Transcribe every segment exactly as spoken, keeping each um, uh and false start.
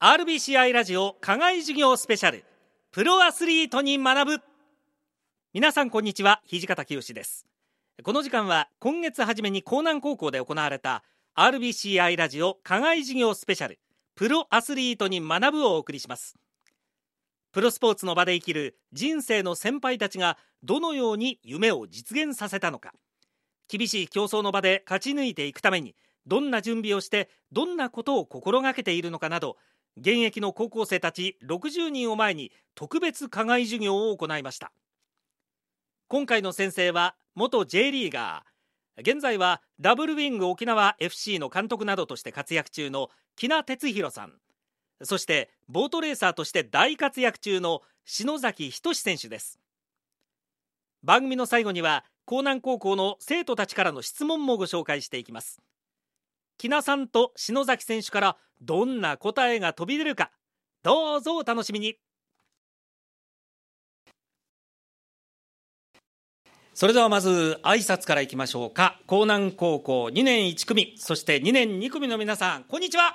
アールビーシーアイ ラジオ課外授業スペシャル、プロアスリートに学ぶ。皆さんこんにちは、土方清です。この時間は今月初めに江南高校で行われた アールビーシーアイ ラジオ課外授業スペシャル、プロアスリートに学ぶをお送りします。プロスポーツの場で生きる人生の先輩たちがどのように夢を実現させたのか、厳しい競争の場で勝ち抜いていくためにどんな準備をしてどんなことを心がけているのかなど、現役の高校生たちろくじゅうにんを前に特別課外授業を行いました。今回の先生は元 J リーガー、現在はダブルウィング沖縄 エフシー の監督などとして活躍中の喜納哲弘さん、そしてボートレーサーとして大活躍中の篠崎仁選手です。番組の最後には江南高校の生徒たちからの質問もご紹介していきます。喜納さんと篠崎選手からどんな答えが飛び出るか、どうぞお楽しみに。それではまず挨拶からいきましょうか。江南高校にねんいち組、そしてにねんに組の皆さん、こんにちは。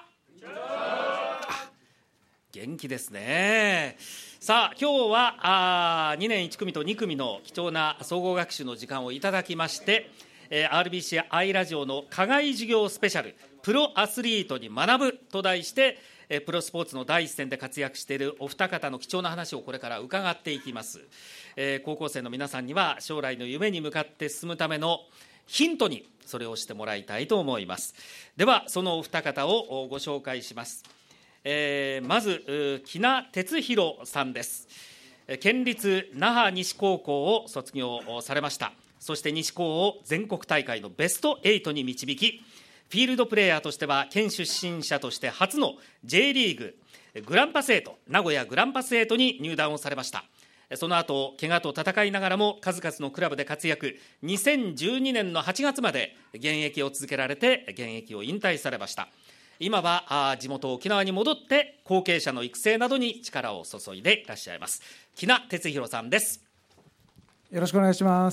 元気ですね。さあ今日はあにねんいち組とに組の貴重な総合学習の時間をいただきまして、えー、アールビーシーアイ ラジオの課外授業スペシャル、プロアスリートに学ぶと題して、えー、プロスポーツの第一線で活躍しているお二方の貴重な話をこれから伺っていきます。えー、高校生の皆さんには将来の夢に向かって進むためのヒントにそれをしてもらいたいと思います。ではそのお二方をご紹介します。えー、まず喜納哲弘さんです。県立那覇西高校を卒業されました。そして西高を全国大会のベストはちに導き、フィールドプレーヤーとしては県出身者として初の J リーググランパスエイト、名古屋グランパスエイトに入団をされました。その後怪我と戦いながらも数々のクラブで活躍、にせんじゅうにねんのはちがつまで現役を続けられて現役を引退されました。今は地元沖縄に戻って後継者の育成などに力を注いでいらっしゃいます。喜納哲弘さんです。 よろしくお願いします。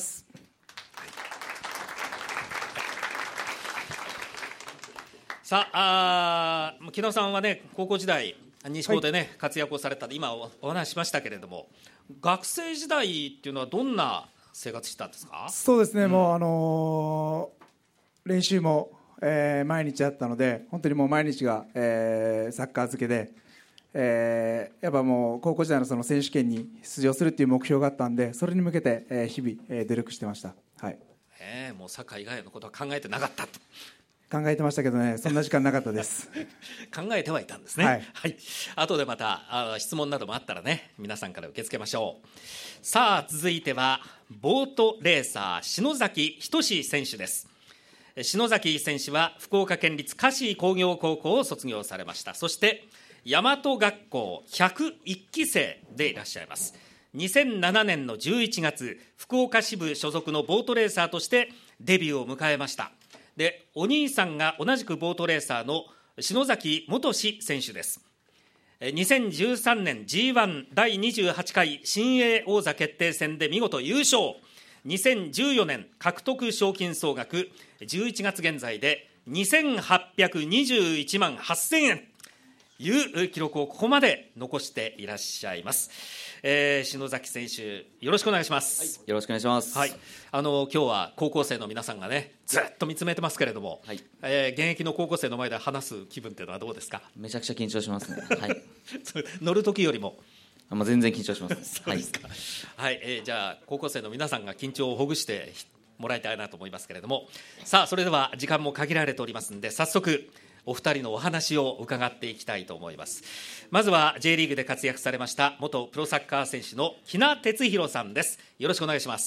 さあ、あ喜納さんはね、高校時代西高でね、はい、活躍をされたと今 お, お話ししましたけれども、学生時代っていうのはどんな生活してたんですか？ そうですね、うん、もうあのー、練習も、えー、毎日あったので、本当にもう毎日が、えー、サッカー漬けで、えー、やっぱもう高校時代のその選手権に出場するっていう目標があったんで、それに向けて、えー、日々、えー、努力してました。はい。 えー、もうサッカー以外のことは考えてなかったと。 考えてましたけどね、そんな時間なかったです考えてはいたんですね。はい、はい、後でまたあ質問などもあったらね、皆さんから受け付けましょう。さあ続いてはボートレーサー篠崎仁選手です。篠崎選手は福岡県立香椎工業高校を卒業されました。そして大和学校ひゃくいっき生でいらっしゃいます。にせんななねんのじゅういちがつ、福岡支部所属のボートレーサーとしてデビューを迎えました。でお兄さんが同じくボートレーサーの篠崎元志選手です。にせんじゅうさんねん ジーワン だいにじゅうはちかい新鋭王座決定戦で見事優勝。にせんじゅうよねん獲得賞金総額じゅういちがつ現在でにせんはっぴゃくにじゅういちまんはっせんえんいう記録をここまで残していらっしゃいます。えー、篠崎選手、よろしくお願いします。 はい、よろしくお願いします。 はい、あの今日は高校生の皆さんがねずっと見つめてますけれども、はい、えー、現役の高校生の前で話す気分っていうのはどうですか？ めちゃくちゃ緊張しますね。はい、 乗る時よりもあ、まあ、全然緊張します、ね、 そうですか。はい、はい、えー、じゃあ高校生の皆さんが緊張をほぐしてもらいたいなと思いますけれども、さあそれでは時間も限られておりますので、早速お二人のお話を伺っていきたいと思います。まずは J リーグで活躍されました元プロサッカー選手の喜納哲弘さんです。よろしくお願いします。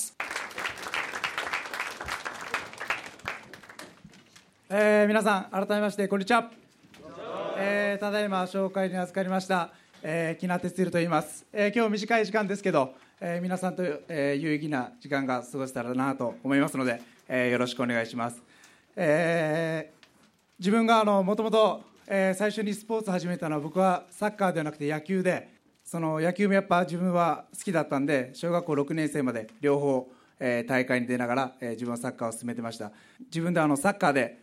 えー、皆さん改めましてこんにちは。えー、ただいま紹介に預かりました、えー、喜納哲弘と言います。えー、今日短い時間ですけど、えー、皆さんと、えー、有意義な時間が過ごせたらなと思いますので、えー、よろしくお願いします。えー自分がもともと最初にスポーツ始めたのは、僕はサッカーではなくて野球で、その野球もやっぱ自分は好きだったんで、小学校ろくねん生まで両方、えー、大会に出ながら、えー、自分はサッカーを進めてました。自分であのサッカーで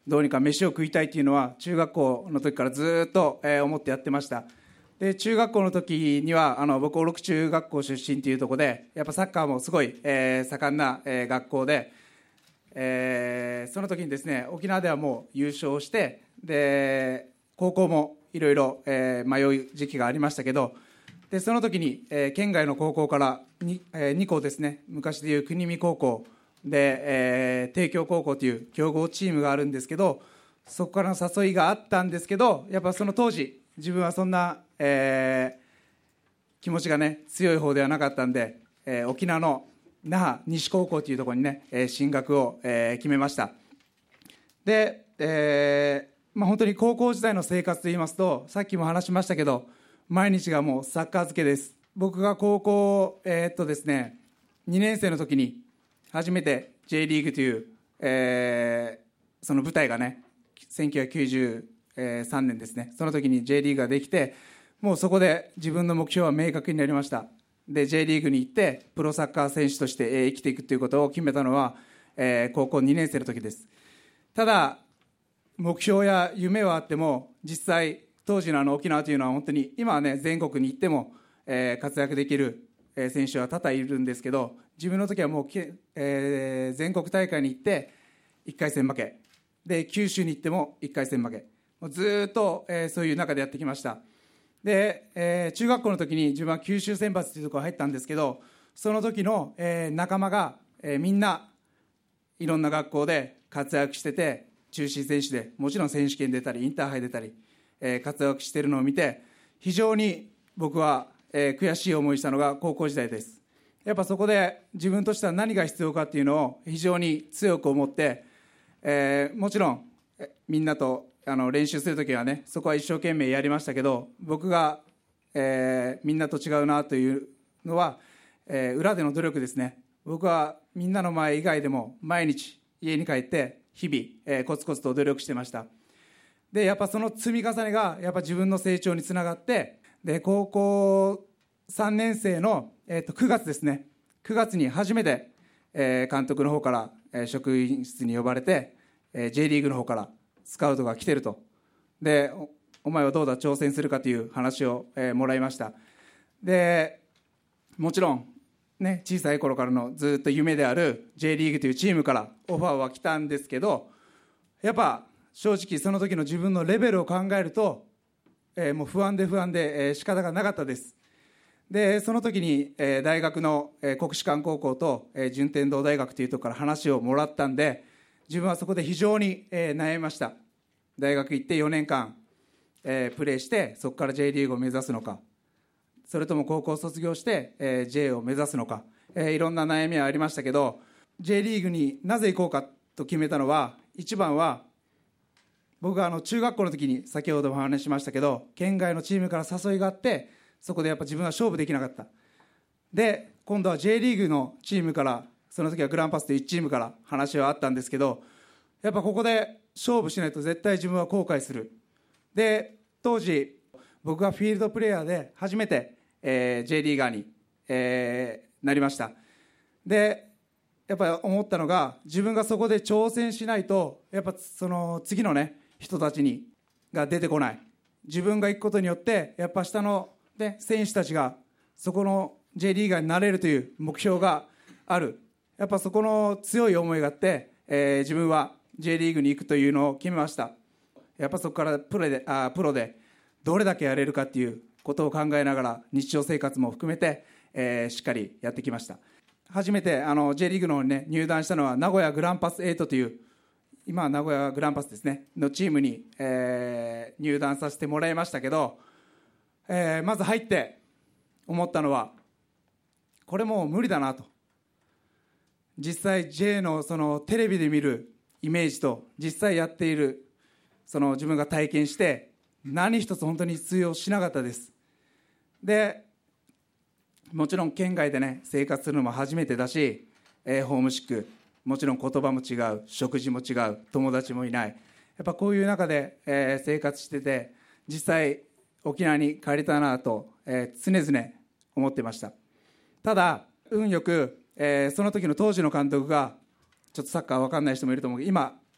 どうにか飯を食いたいというのは中学校の時からずっと、えー、思ってやってました。で中学校の時にはあの僕小禄中学校出身というところでやっぱサッカーもすごい、えー、盛んな、えー、学校で、えー、その時にですね沖縄ではもう優勝して、で高校もいろいろ迷う時期がありましたけど、でその時に、えー、県外の高校から 2,、えー、に校ですね、昔でいう国見高校で、えー、帝京高校という強豪チームがあるんですけど、そこからの誘いがあったんですけど、やっぱその当時自分はそんな、えー、気持ちがね強い方ではなかったんで、えー、沖縄の那覇西高校というところにね、えー、進学を、えー、決めました。で、えーまあ、本当に高校時代の生活といいますと、さっきも話しましたけど毎日がもうサッカー漬けです。僕が高校、えー、っとですねにねん生の時に初めて J リーグという、えー、その舞台がねせんきゅうひゃくきゅうじゅうさんねんですね、その時に J リーグができて、もうそこで自分の目標は明確になりました。で J リーグに行ってプロサッカー選手として生きていくということを決めたのは、えー、高校にねん生の時です。ただ目標や夢はあっても、実際当時のあの沖縄というのは本当に今はね全国に行っても、えー、活躍できる選手は多々いるんですけど、自分の時はもう、えー、全国大会に行っていっかい戦負けで、九州に行ってもいっかい戦負け、もうずっと、えー、そういう中でやってきました。で、えー、中学校の時に自分は九州選抜というところに入ったんですけど、その時の、えー、仲間が、えー、みんないろんな学校で活躍してて、中心選手でもちろん選手権出たりインターハイ出たり、えー、活躍しているのを見て、非常に僕は、えー、悔しい思いしたのが高校時代です。やっぱそこで自分としては何が必要かっていうのを非常に強く思って、えー、もちろんみんなとあの練習するときはねそこは一生懸命やりましたけど、僕が、えー、みんなと違うなというのは、えー、裏での努力ですね。僕はみんなの前以外でも毎日家に帰って日々、えー、コツコツと努力してました。でやっぱその積み重ねがやっぱ自分の成長につながって、で高校さんねん生の、えー、とくがつですね、くがつに初めて、えー、監督の方から、えー、職員室に呼ばれて、えー、J リーグの方からスカウトが来てると、で お, お前はどうだ挑戦するかという話を、えー、もらいました。でもちろん、ね、小さい頃からのずっと夢である J リーグというチームからオファーは来たんですけど、やっぱ正直その時の自分のレベルを考えると、えー、もう不安で不安で、えー、仕方がなかったです。でその時に、えー、大学の、えー、国士舘高校と、えー、順天堂大学というところから話をもらったんで、自分はそこで非常に、えー、悩みました。大学行ってよねんかん、えー、プレーしてそこから J リーグを目指すのか、それとも高校を卒業して、えー、J を目指すのか、えー、いろんな悩みはありましたけど、 J リーグになぜ行こうかと決めたのは、一番は僕があの中学校の時に先ほどもお話ししましたけど、県外のチームから誘いがあって、そこでやっぱ自分は勝負できなかった。で今度は J リーグのチームから、その時はグランパスといういちチームから話はあったんですけど、やっぱここで勝負しないと絶対自分は後悔する。で当時僕がフィールドプレーヤーで初めて、えー、J リーガーに、えー、なりました。でやっぱり思ったのが、自分がそこで挑戦しないとやっぱその次のね人たちにが出てこない。自分が行くことによってやっぱ下の、ね、選手たちがそこの J リーガーになれるという目標がある。やっぱそこの強い思いがあって、えー、自分は J リーグに行くというのを決めました。やっぱそこからプロで、あプロでどれだけやれるかっていうことを考えながら日常生活も含めて、えー、しっかりやってきました。初めてあの J リーグの方に、ね、入団したのは名古屋グランパスエイトという、今は名古屋グランパスですねのチームに、えー、入団させてもらいましたけど、えー、まず入って思ったのは、これもう無理だなと。実際 J のそのテレビで見るイメージと実際やっているその自分が体験して何一つ本当に通用しなかったです。でもちろん県外でね生活するのも初めてだし、えー、ホームシック、もちろん言葉も違う、食事も違う、友達もいない、やっぱこういう中で、えー、生活してて、実際沖縄に帰りたいなと、えー、常々思ってました。ただ運よく、えー、その時の当時の監督が、ちょっとサッカー分かんない人もいると思うけど、今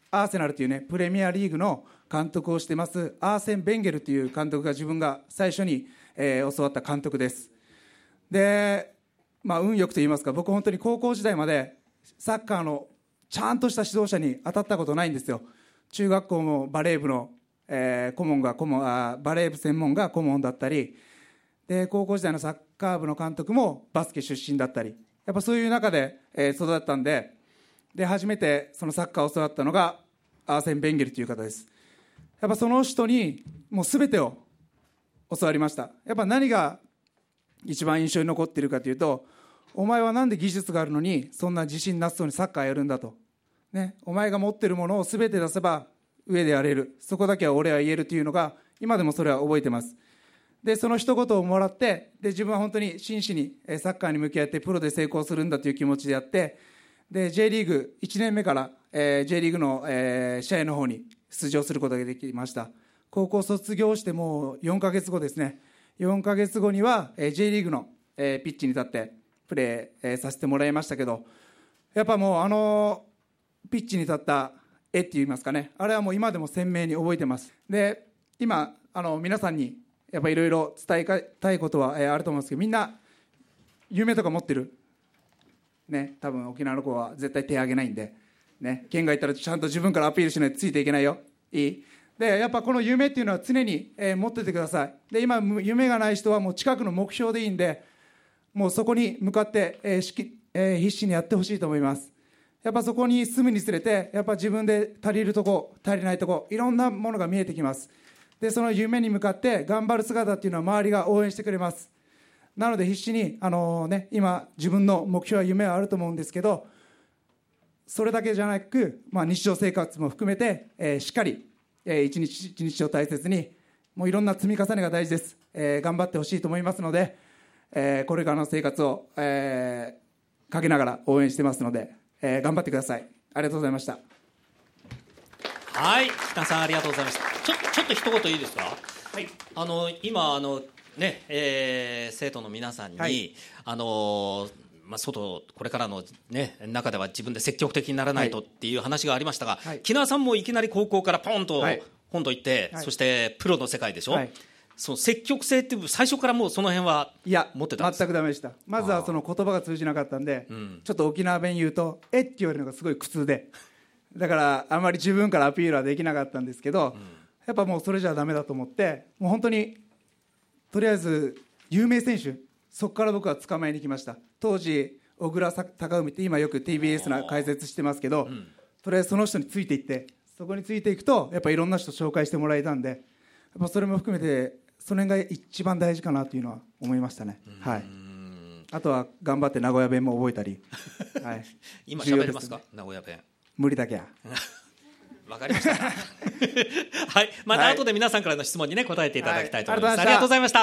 アーセナルというねプレミアリーグの監督をしてますアーセン・ベンゲルという監督が自分が最初に、えー、教わった監督です。で、まあ、運よくといいますか、僕本当に高校時代までサッカーのちゃんとした指導者に当たったことないんですよ。中学校もバレー部の、えー、顧問が顧問あバレー部専門が顧問だったりで、高校時代のサッカー部の監督もバスケ出身だったり、やっぱそういう中で、えー、育ったんで、で初めてそのサッカーを教わったのがアーセン・ベンゲルという方です。やっぱその人にもう全てを教わりました。やっぱ何が一番印象に残っているかというと、お前はなんで技術があるのにそんな自信なさそうにサッカーやるんだと、ね、お前が持っているものを全て出せば上でやれる、そこだけは俺は言えるというのが今でもそれは覚えてます。でその一言をもらって、で自分は本当に真摯にサッカーに向き合ってプロで成功するんだという気持ちでやって、で J リーグいちねんめから、えー、J リーグの、えー、試合の方に出場することができました。高校卒業してもうよんかげつごですね。よんかげつごには、えー、J リーグの、えー、ピッチに立ってプレー、えー、させてもらいましたけど、やっぱもうあのピッチに立った絵って言いますかね、あれはもう今でも鮮明に覚えてます。で今あの皆さんにやっぱいろいろ伝えたいことは、えー、あると思うんですけど、みんな夢とか持ってるね、多分沖縄の子は絶対手挙げないんで、ね、県外行ったらちゃんと自分からアピールしないとついていけないよ。いいで、やっぱこの夢っていうのは常に、えー、持っててください。で今夢がない人はもう近くの目標でいいんで、もうそこに向かって、えーしきえー、必死にやってほしいと思います。やっぱそこに進むにつれて、やっぱ自分で足りるとこ足りないとこいろんなものが見えてきます。でその夢に向かって頑張る姿っていうのは周りが応援してくれます。なので必死に、あのーね、今自分の目標や夢はあると思うんですけど、それだけじゃなく、まあ、日常生活も含めて、えー、しっかり、えー、一日一日を大切に、もういろんな積み重ねが大事です。えー、頑張ってほしいと思いますので、えー、これからの生活を、えー、かけながら応援してますので、えー、頑張ってください。ありがとうございました。 はい、北さんありがとうございました。ちょちょっと一言いいですか。はい、あの今あのね、えー、生徒の皆さんに、はい、あのまあ、外これからの、ね、中では自分で積極的にならないとっていう話がありましたが、はい、木縄さんもいきなり高校からポンと、はい、本土行って、はい、そしてプロの世界でしょ、はい、その積極性って最初からもうその辺は持ってたんですか。 いや全くダメでした。まずはその言葉が通じなかったんで、うん、ちょっと沖縄弁言うとえって言われるのがすごい苦痛で、だからあまり自分からアピールはできなかったんですけど、うん、やっぱもうそれじゃダメだと思って、もう本当にとりあえず有名選手、そこから僕は捕まえに来ました。当時小倉貴文って今よく ティービーエス の解説してますけど、うん、とりあえずその人についていって、そこについていくとやっぱいろんな人紹介してもらえたんで、やっぱそれも含めてその辺が一番大事かなというのは思いましたね。はい、あとは頑張って名古屋弁も覚えたり、はい、 今喋れますか、名古屋弁。 無理だけやわかりましたはい、また後で皆さんからの質問にね答えていただきたいと思います。はい、ありがとうございました。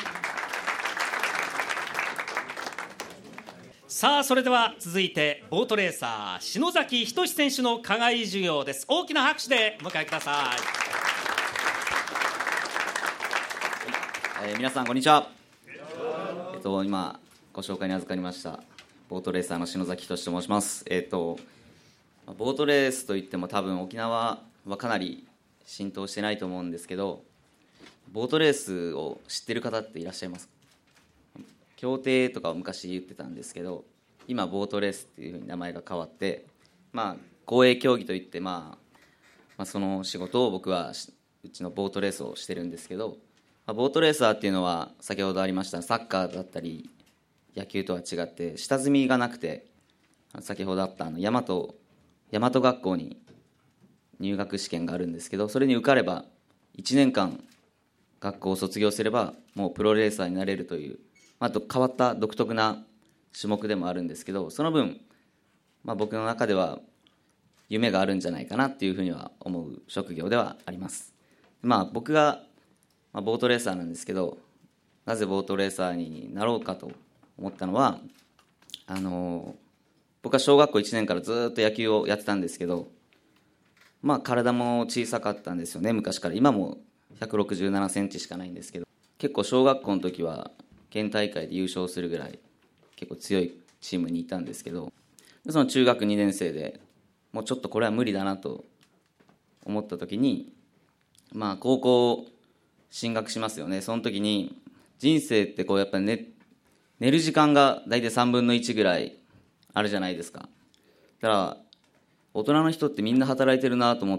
さあそれでは続いてボートレーサー篠崎仁選手の課外授業です。大きな拍手でお迎えください。えー、皆さんこんにちは。えっと今ご紹介に預かりましたボートレーサーの篠崎仁と申します。えっとボートレースといっても多分沖縄はかなり浸透してないと思うんですけど、ボートレースを知ってる方っていらっしゃいますか。競艇とかを昔言ってたんですけど、今ボートレースっていうふうに名前が変わって、まあ公営競技といって、まあ、まあその仕事を僕はうちのボートレースをしてるんですけど、まあ、ボートレーサーっていうのは先ほどありましたサッカーだったり野球とは違って下積みがなくて、先ほどあったあの大和大和学校に入学試験があるんですけど、それに受かればいちねんかん学校を卒業すればもうプロレーサーになれるという、あと変わった独特な種目でもあるんですけど、その分、まあ、僕の中では夢があるんじゃないかなっていうふうには思う職業ではあります。まあ、僕が、まあ、ボートレーサーなんですけど、なぜボートレーサーになろうかと思ったのは、あの僕は小学校いちねんからずっと野球をやってたんですけど、まあ体も小さかったんですよね、昔から。今もひゃくろくじゅうななセンチしかないんですけど、結構小学校の時は県大会で優勝するぐらい結構強いチームにいたんですけど、その中学にねん生でもうちょっとこれは無理だなと思った時に、まあ高校進学しますよね。その時に人生ってこうやっぱり、ね、寝る時間が大体さんぶんのいちぐらいあるじゃないですか。だから大人の人ってみんな働いてるなと思って、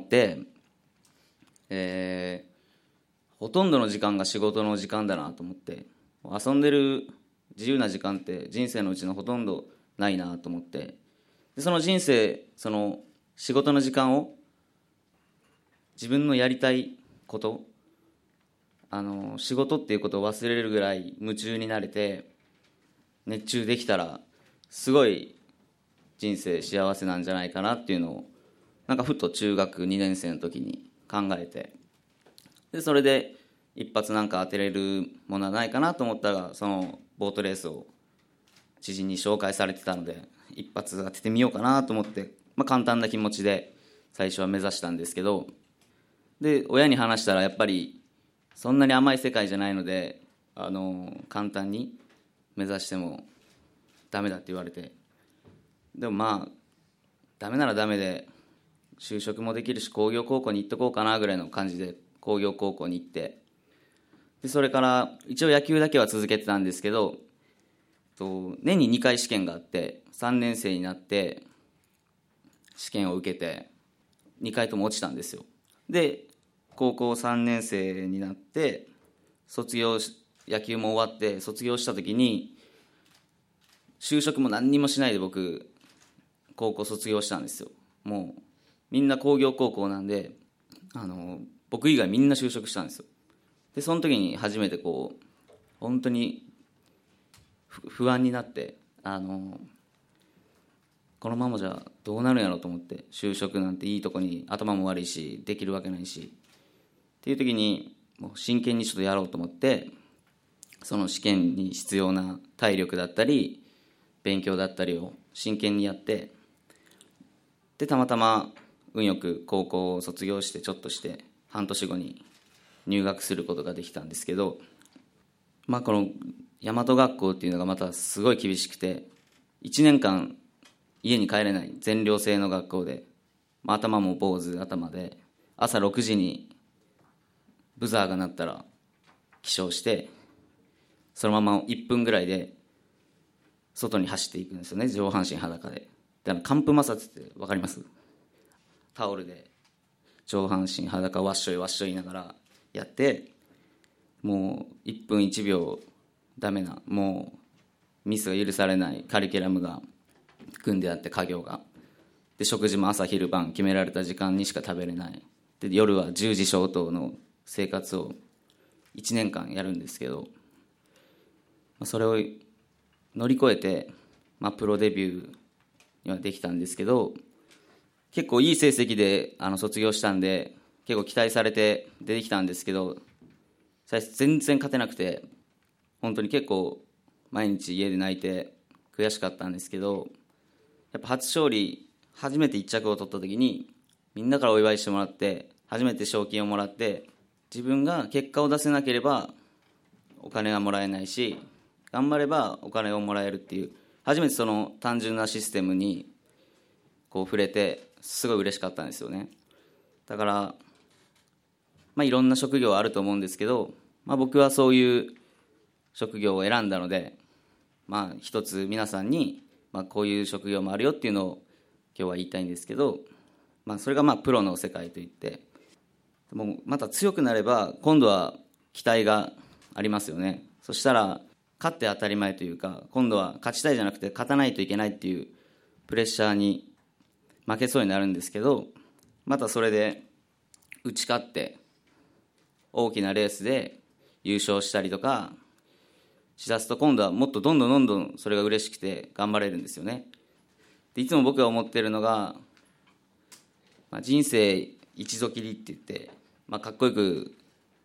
えー、ほとんどの時間が仕事の時間だなと思って、遊んでる自由な時間って人生のうちのほとんどないなと思って、でその人生、その仕事の時間を自分のやりたいこと、あの仕事っていうことを忘れるぐらい夢中になれて熱中できたらすごい人生幸せなんじゃないかなっていうのを、なんかふと中学にねん生の時に考えて、でそれで一発なんか当てれるものはないかなと思ったら、そのボートレースを知人に紹介されてたので一発当ててみようかなと思って、まあ、簡単な気持ちで最初は目指したんですけど、で親に話したらやっぱりそんなに甘い世界じゃないので、あの簡単に目指してもダメだって言われて、でもまあダメならダメで就職もできるし工業高校に行っとこうかなぐらいの感じで工業高校に行って、でそれから一応野球だけは続けてたんですけど、と年ににかい試験があって、さんねん生になって試験を受けてにかいとも落ちたんですよ。で高校さんねん生になって卒業し野球も終わって卒業した時に、就職も何にもしないで僕高校卒業したんですよ。もうみんな工業高校なんで、あの僕以外みんな就職したんですよ。でその時に初めてこう本当に不安になって、あのこのままじゃどうなるんやろうと思って、就職なんていいとこに頭も悪いしできるわけないしっていう時に、もう真剣にちょっとやろうと思って、その試験に必要な体力だったり勉強だったりを真剣にやって、でたまたま運よく高校を卒業してちょっとして半年後に入学することができたんですけど、まあこの大和学校っていうのがまたすごい厳しくて、いちねんかん家に帰れない全寮制の学校で、まあ、頭も坊主頭で、朝ろくじにブザーが鳴ったら起床して、そのままいっぷんぐらいで外に走っていくんですよね、上半身裸で。で寒風摩擦って分かります？タオルで上半身裸わっしょいわっしょい言いながらやって、もういっぷんいちびょうダメな、もうミスが許されないカリキュラムが組んであって、家業がで、食事も朝昼晩決められた時間にしか食べれない。で夜はじゅうじ消灯の生活をいちねんかんやるんですけど、それを乗り越えて、まあ、プロデビューにはできたんですけど、結構いい成績であの卒業したんで結構期待されて出てきたんですけど、最初全然勝てなくて、本当に結構毎日家で泣いて悔しかったんですけど、やっぱ初勝利初めていっ着を取った時にみんなからお祝いしてもらって、初めて賞金をもらって、自分が結果を出せなければお金がもらえないし、頑張ればお金をもらえるっていう、初めてその単純なシステムにこう触れてすごい嬉しかったんですよね。だから、まあ、いろんな職業あると思うんですけど、まあ、僕はそういう職業を選んだので、まあ、一つ皆さんに、まあ、こういう職業もあるよっていうのを今日は言いたいんですけど、まあ、それがまあプロの世界といって、もうまた強くなれば今度は期待がありますよね。そしたら勝って当たり前というか、今度は勝ちたいじゃなくて勝たないといけないっていうプレッシャーに負けそうになるんですけど、またそれで打ち勝って大きなレースで優勝したりとかしだすと、今度はもっとどんどんどんどんそれが嬉しくて頑張れるんですよね。でいつも僕が思ってるのが、まあ、人生一度きりって言って、まあ、かっこよく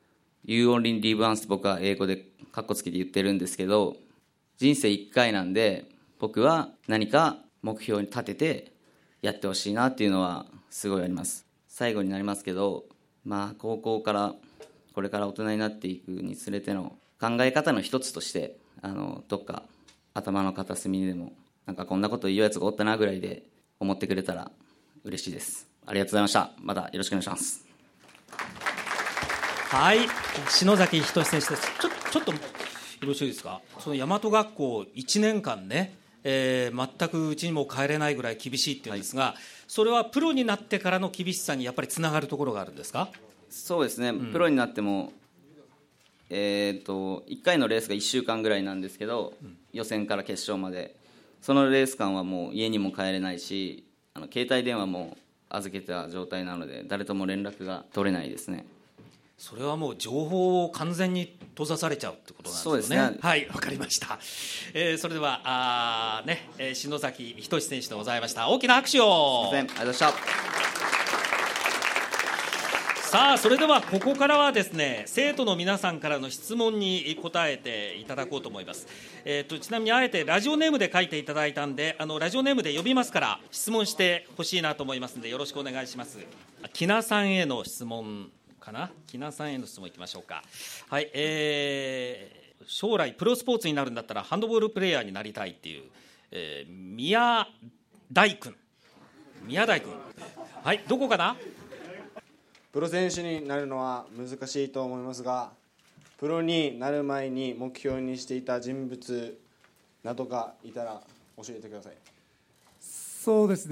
You only live once って僕は英語でかっこつけて言ってるんですけど、人生いっかいなんで、僕は何か目標に立ててやってほしいなっていうのはすごいあります。最後になりますけど、まあ高校からこれから大人になっていくにつれての考え方の一つとして、あのどっか頭の片隅にでもなんかこんなこと言うやつがおったなぐらいで思ってくれたら嬉しいです。ありがとうございました。またよろしくお願いします。 はい、篠崎仁選手です。ちょちょっとよろしいですか。その大和学校いちねんかんね、えー、全くうちにも帰れないぐらい厳しいっていうんですが、はい、それはプロになってからの厳しさにやっぱりつながるところがあるんですか。 そうですね、うん、プロになっても、えー、といっかいのレースがいっしゅうかんぐらいなんですけど、うん、予選から決勝までそのレース間はもう家にも帰れないし、あの携帯電話も預けた状態なので誰とも連絡が取れないですね。 それはもう情報を完全に閉ざされちゃうってことなんですよね。そうですね。はい、わかりました。えー、それではあ、ねえー、篠崎仁選手でございました。大きな拍手を。 すみません、ありがとうございました。 さあ、それではここからはですね、生徒の皆さんからの質問に答えていただこうと思います。えー、とちなみにあえてラジオネームで書いていただいたんで、あのラジオネームで呼びますから質問してほしいなと思いますのでよろしくお願いします。木名さんへの質問かな。木名さんへの質問いきましょうか。はい、えー、将来プロスポーツになるんだったらハンドボールプレーヤーになりたいっていう、えー、宮大君宮大君、はい、どこかな。 プロ選手になるのは難しいと思いますが、プロになる前に目標にしていた人物などがいたら教えてください。 そうですね。